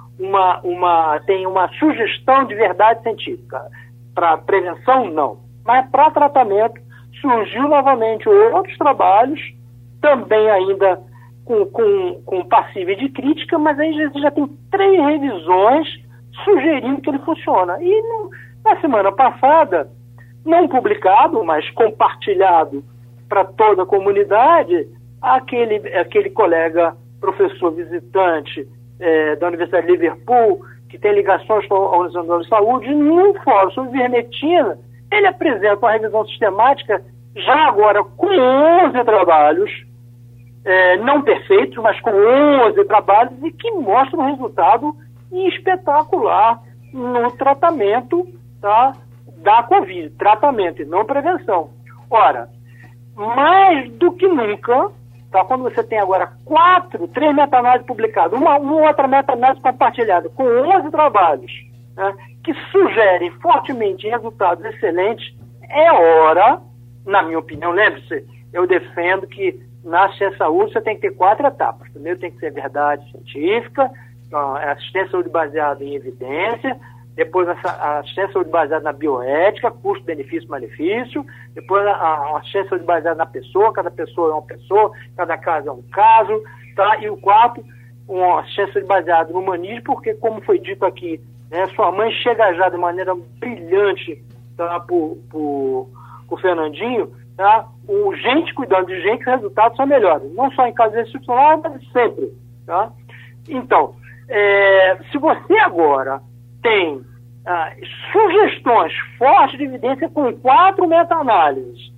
E: tem uma sugestão de verdade científica. Para prevenção, não. Mas para tratamento, surgiu novamente outros trabalhos, também ainda com passível de crítica, mas aí já tem 3 revisões sugerindo que ele funciona. E na semana passada, não publicado, mas compartilhado para toda a comunidade, aquele colega professor visitante da Universidade de Liverpool, que tem ligações com a Organização de Saúde, num fórum sobre ivermectina, ele apresenta uma revisão sistemática, já agora com 11 trabalhos, não perfeitos, mas com 11 trabalhos, e que mostram um resultado espetacular no tratamento, tá, da Covid, tratamento e não prevenção. Ora, mais do que nunca, tá, quando você tem agora 3 meta-análises publicadas, uma outra meta-análise compartilhada, com 11 trabalhos, né, que sugerem fortemente resultados excelentes, é hora, na minha opinião, lembre-se, eu defendo que na ciência de saúde você tem que ter 4 etapas. Primeiro tem que ser verdade científica, assistência de saúde baseada em evidência, depois a assistência de saúde baseada na bioética, custo, benefício, malefício, depois a assistência de saúde baseada na pessoa, cada pessoa é uma pessoa, cada caso é um caso, tá? E o 4, uma assistência de saúde baseada no humanismo, porque, como foi dito aqui, né, sua mãe chega já de maneira brilhante, tá, por Fernandinho, tá? O gente cuidando de gente, os resultados são melhores, não só em casos excepcionais, mas sempre, tá? Então, se você agora tem sugestões fortes de evidência com 4 meta-análises,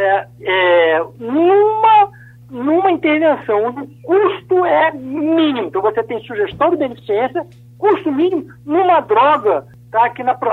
E: numa intervenção onde o custo é mínimo, então você tem sugestão de beneficência, custo mínimo, numa droga, tá, aqui nas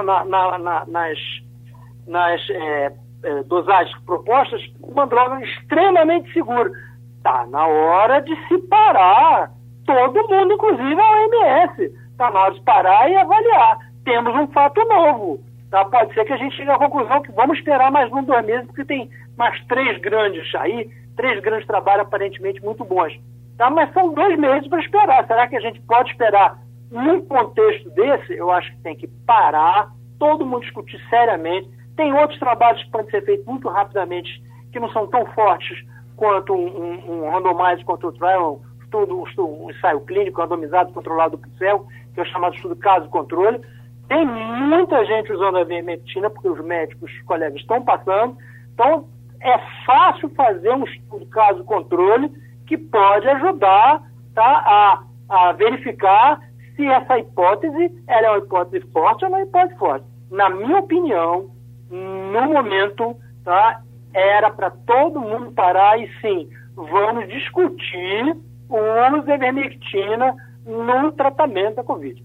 E: dosagens propostas, uma droga extremamente segura. Tá na hora de se parar, todo mundo, inclusive a OMS, tá na hora de parar e avaliar. Temos um fato novo, tá? Pode ser que a gente chegue à conclusão que vamos esperar mais 2 meses, porque tem mais 3 grandes aí, 3 grandes trabalhos aparentemente muito bons, tá? Mas são 2 meses para esperar. Será que a gente pode esperar num contexto desse? Eu acho que tem que parar, todo mundo discutir seriamente. Tem outros trabalhos que podem ser feitos muito rapidamente, que não são tão fortes quanto um randomized control trial, um ensaio clínico randomizado, controlado por céu, que é o chamado estudo caso-controle. Tem muita gente usando a ivermectina, porque os médicos, os colegas, estão passando. Então, é fácil fazer um estudo caso-controle que pode ajudar, tá, a verificar se essa hipótese ela é uma hipótese forte ou não é uma hipótese forte. Na minha opinião, no momento, tá, era para todo mundo parar e sim, vamos discutir o uso da ivermectina no tratamento da Covid.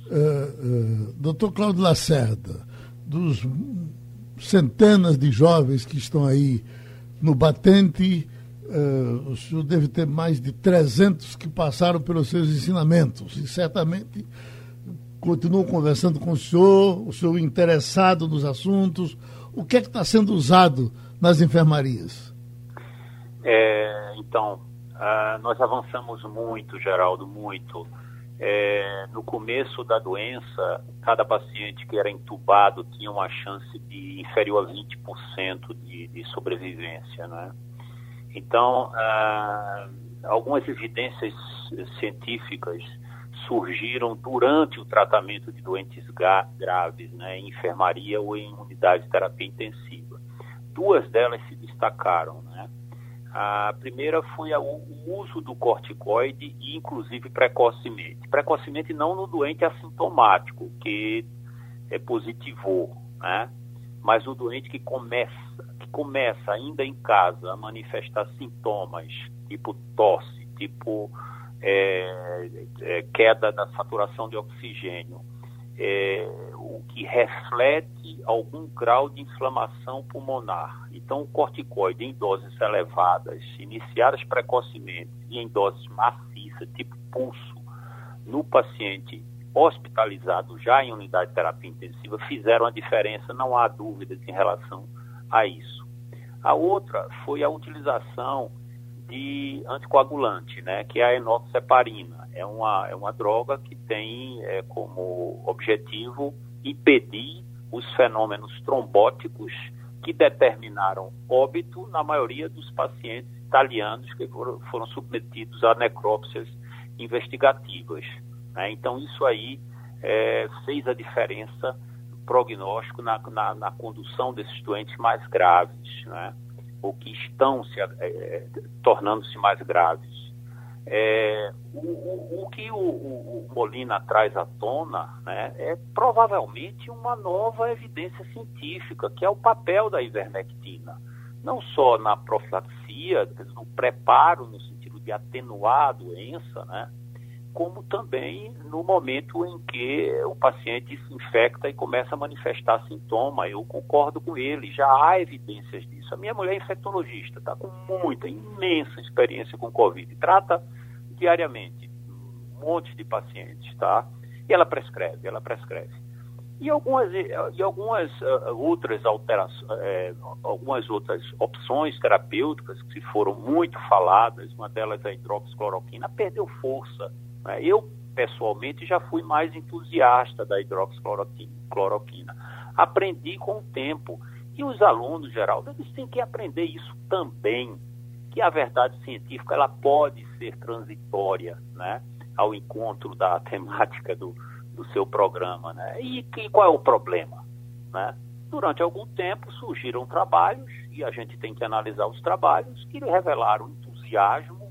B: Dr. Cláudio Lacerda, dos centenas de jovens que estão aí no batente, o senhor deve ter mais de 300 que passaram pelos seus ensinamentos e certamente continuam conversando com o senhor interessado nos assuntos. O que é que está sendo usado nas enfermarias?
D: Então, nós avançamos muito, Geraldo, muito. No começo da doença, cada paciente que era entubado tinha uma chance de inferior a 20% de sobrevivência, né? Então, algumas evidências científicas surgiram durante o tratamento de doentes graves, né, em enfermaria ou em unidade de terapia intensiva. 2 delas se destacaram, né? A primeira foi o uso do corticoide, inclusive precocemente. Precocemente não no doente assintomático, que positivou, né? Mas o doente que começa ainda em casa a manifestar sintomas, tipo tosse, tipo queda da saturação de oxigênio, o que reflete algum grau de inflamação pulmonar. Então, o corticoide em doses elevadas, iniciadas precocemente e em doses maciças, tipo pulso no paciente hospitalizado já em unidade de terapia intensiva fizeram a diferença, não há dúvidas em relação a isso. A outra foi a utilização de anticoagulante, né, que é a enoxaparina. É uma droga que tem como objetivo impedir os fenômenos trombóticos que determinaram óbito na maioria dos pacientes italianos que foram submetidos a necrópsias investigativas, né? Então isso aí fez a diferença no prognóstico na condução desses doentes mais graves, né? Ou que estão tornando-se mais graves. O que o Molina traz à tona, né, é provavelmente uma nova evidência científica, que é o papel da ivermectina, não só na profilaxia, no preparo, no sentido de atenuar a doença, né, como também no momento em que o paciente se infecta e começa a manifestar sintoma. Eu concordo com ele, já há evidências disso. A minha mulher é infectologista, está com muita, imensa experiência com Covid, trata diariamente um monte de pacientes, tá? E ela prescreve. E algumas outras alterações, algumas outras opções terapêuticas que foram muito faladas, uma delas é a hidroxicloroquina, perdeu força. Eu, pessoalmente, já fui mais entusiasta da hidroxicloroquina. Aprendi com o tempo. E os alunos, Geraldo, eles têm que aprender isso também, que a verdade científica ela pode ser transitória, né, ao encontro da temática do seu programa, né? E qual é o problema, né? Durante algum tempo surgiram trabalhos, e a gente tem que analisar os trabalhos, que revelaram entusiasmo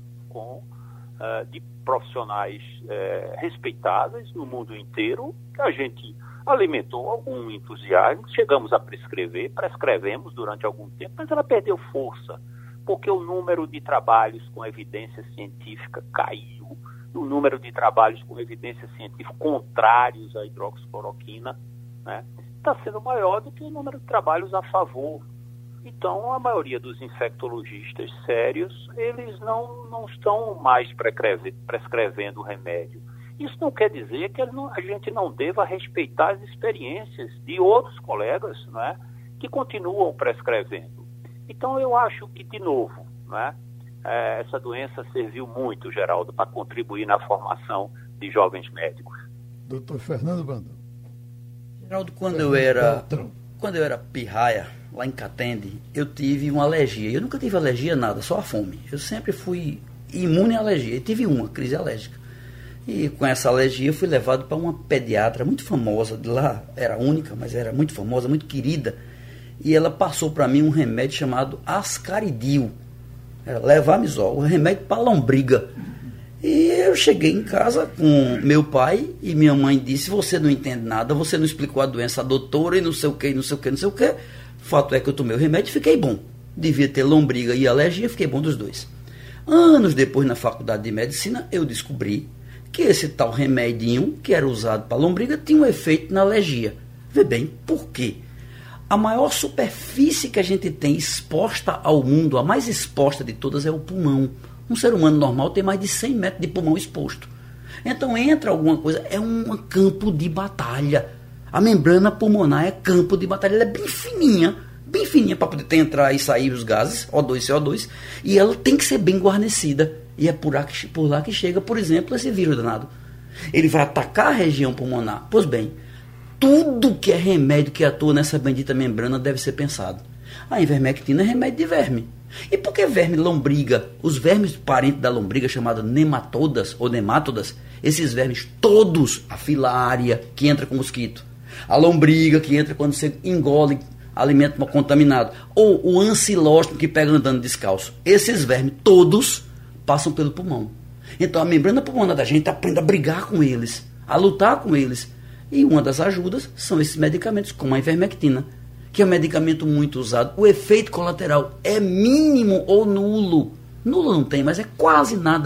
D: de profissionais respeitáveis no mundo inteiro, que a gente alimentou algum entusiasmo, chegamos a prescrevemos durante algum tempo, mas ela perdeu força, porque o número de trabalhos com evidência científica caiu, o número de trabalhos com evidência científica contrários à hidroxicloroquina, né, está sendo maior do que o número de trabalhos a favor. Então, a maioria dos infectologistas sérios, eles não estão mais prescrevendo o remédio. Isso não quer dizer que a gente não deva respeitar as experiências de outros colegas, né, que continuam prescrevendo. Então, eu acho que, de novo, né, essa doença serviu muito, Geraldo, para contribuir na formação de jovens médicos.
B: Doutor Fernando Brandão.
C: Geraldo, quando eu era pirraia, lá em Catende, eu tive uma alergia. Eu nunca tive alergia a nada, só a fome. Eu sempre fui imune à alergia. Eu tive uma crise alérgica. E com essa alergia eu fui levado para uma pediatra muito famosa de lá. Era única, mas era muito famosa, muito querida. E ela passou para mim um remédio chamado Ascaridil. Era Levamisol, um remédio para lombriga. E eu cheguei em casa com meu pai e minha mãe disse: você não entende nada, você não explicou a doença à doutora e não sei o que, não sei o que, não sei o que. Fato é que eu tomei o remédio e fiquei bom. Devia ter lombriga e alergia, fiquei bom dos dois. Anos depois, na faculdade de medicina, eu descobri que esse tal remedinho, que era usado para lombriga, tinha um efeito na alergia. Vê bem, por quê? A maior superfície que a gente tem exposta ao mundo, a mais exposta de todas, é o pulmão. Um ser humano normal tem mais de 100 metros de pulmão exposto. Então entra alguma coisa, é um campo de batalha. A membrana pulmonar é campo de batalha, ela é bem fininha para poder entrar e sair os gases, O2 e CO2, e ela tem que ser bem guarnecida. E é por lá que chega, por exemplo, esse vírus danado. Ele vai atacar a região pulmonar. Pois bem, tudo que é remédio que atua nessa bendita membrana deve ser pensado. A ivermectina é remédio de verme. E por que verme lombriga? Os vermes parentes da lombriga, chamados nematodas ou nemátodas, esses vermes todos, a filária, que entra com mosquito, a lombriga, que entra quando você engole alimento contaminado, ou o ancilóstomo, que pega andando descalço, esses vermes todos passam pelo pulmão. Então a membrana pulmonar da gente aprende a brigar com eles, a lutar com eles. E uma das ajudas são esses medicamentos, como a ivermectina, que é um medicamento muito usado. O efeito colateral é mínimo ou nulo. Nulo não tem, mas é quase nada.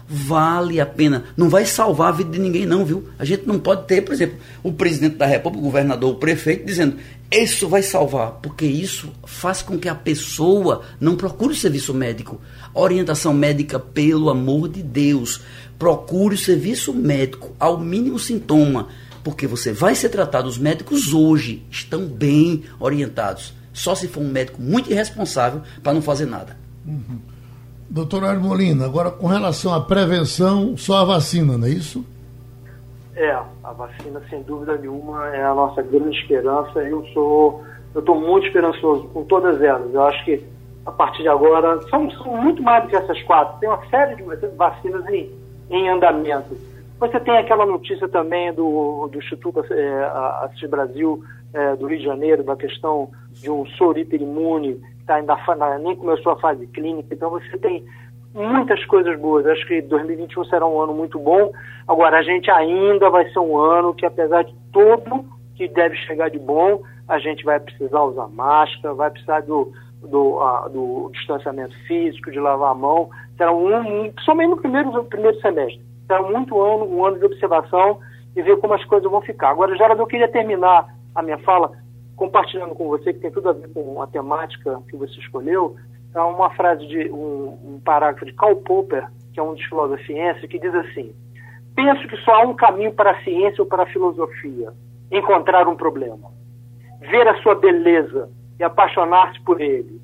C: vale a pena. Não vai salvar a vida de ninguém não, viu? A gente não pode ter, por exemplo, o presidente da República, o governador, o prefeito, dizendo, isso vai salvar, porque isso faz com que a pessoa não procure o serviço médico. Orientação médica, pelo amor de Deus, procure o serviço médico ao mínimo sintoma, porque você vai ser tratado. Os médicos hoje estão bem orientados, só se for um médico muito irresponsável para não fazer nada.
B: Doutor Aurélio Molina, agora com relação à prevenção, só a vacina, não é isso?
E: A vacina, sem dúvida nenhuma, é a nossa grande esperança. Eu estou muito esperançoso com todas elas. Eu acho que, a partir de agora, são muito mais do que essas 4. Tem uma série de vacinas em andamento. Você tem aquela notícia também do Instituto Assis Brasil, do Rio de Janeiro, da questão de um soro hiperimune, que ainda nem começou a fase clínica. Então, você tem muitas coisas boas. Acho que 2021 será um ano muito bom. Agora, a gente ainda vai ser um ano que, apesar de tudo que deve chegar de bom, a gente vai precisar usar máscara, vai precisar do distanciamento físico, de lavar a mão. Será somente no primeiro semestre. Será um ano de observação e ver como as coisas vão ficar. Agora, Geraldo, eu queria terminar a minha fala compartilhando com você, que tem tudo a ver com a temática que você escolheu. É uma frase de um parágrafo de Karl Popper, que é um dos filósofos da ciência, que diz assim: penso que só há um caminho para a ciência ou para a filosofia: encontrar um problema, ver a sua beleza e apaixonar-se por ele,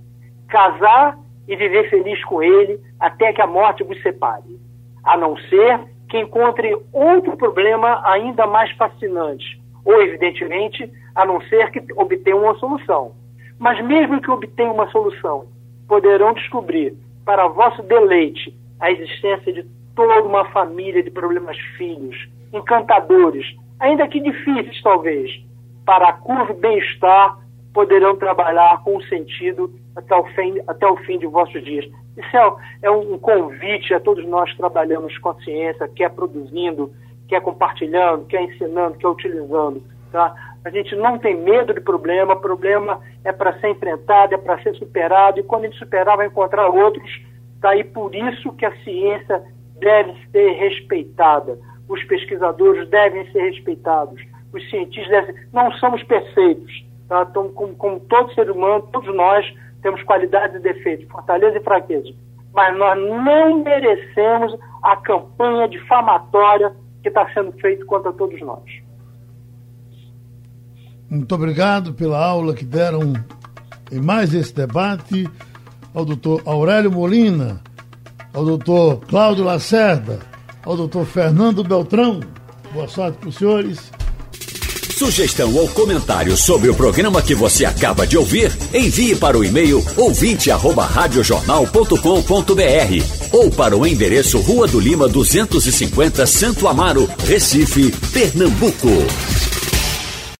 E: casar e viver feliz com ele até que a morte vos separe, a não ser que encontre outro problema ainda mais fascinante, ou, evidentemente, a não ser que obtenham uma solução. Mas mesmo que obtenham uma solução, poderão descobrir, para vosso deleite, a existência de toda uma família de problemas filhos, encantadores, ainda que difíceis talvez. Para a curva e bem-estar, poderão trabalhar com sentido até o fim de vossos dias. Isso é um convite a todos nós que trabalhamos com a ciência, quer produzindo, quer compartilhando, quer ensinando, quer utilizando. Tá? A gente não tem medo de problema é para ser enfrentado, é para ser superado, e quando a gente superar vai encontrar outros. Tá? E por isso que a ciência deve ser respeitada, os pesquisadores devem ser respeitados, os cientistas não somos perfeitos, tá? Então, como todo ser humano, todos nós temos qualidades e defeitos, fortaleza e fraqueza, mas nós não merecemos a campanha difamatória que está sendo feita contra todos nós.
B: Muito obrigado pela aula que deram em mais esse debate ao doutor Aurélio Molina, ao doutor Cláudio Lacerda, ao doutor Fernando Beltrão. Boa sorte para os senhores.
A: Sugestão ou comentário sobre o programa que você acaba de ouvir, envie para o e-mail ouvinte@radiojornal.com.br ou para o endereço Rua do Lima 250, Santo Amaro, Recife, Pernambuco.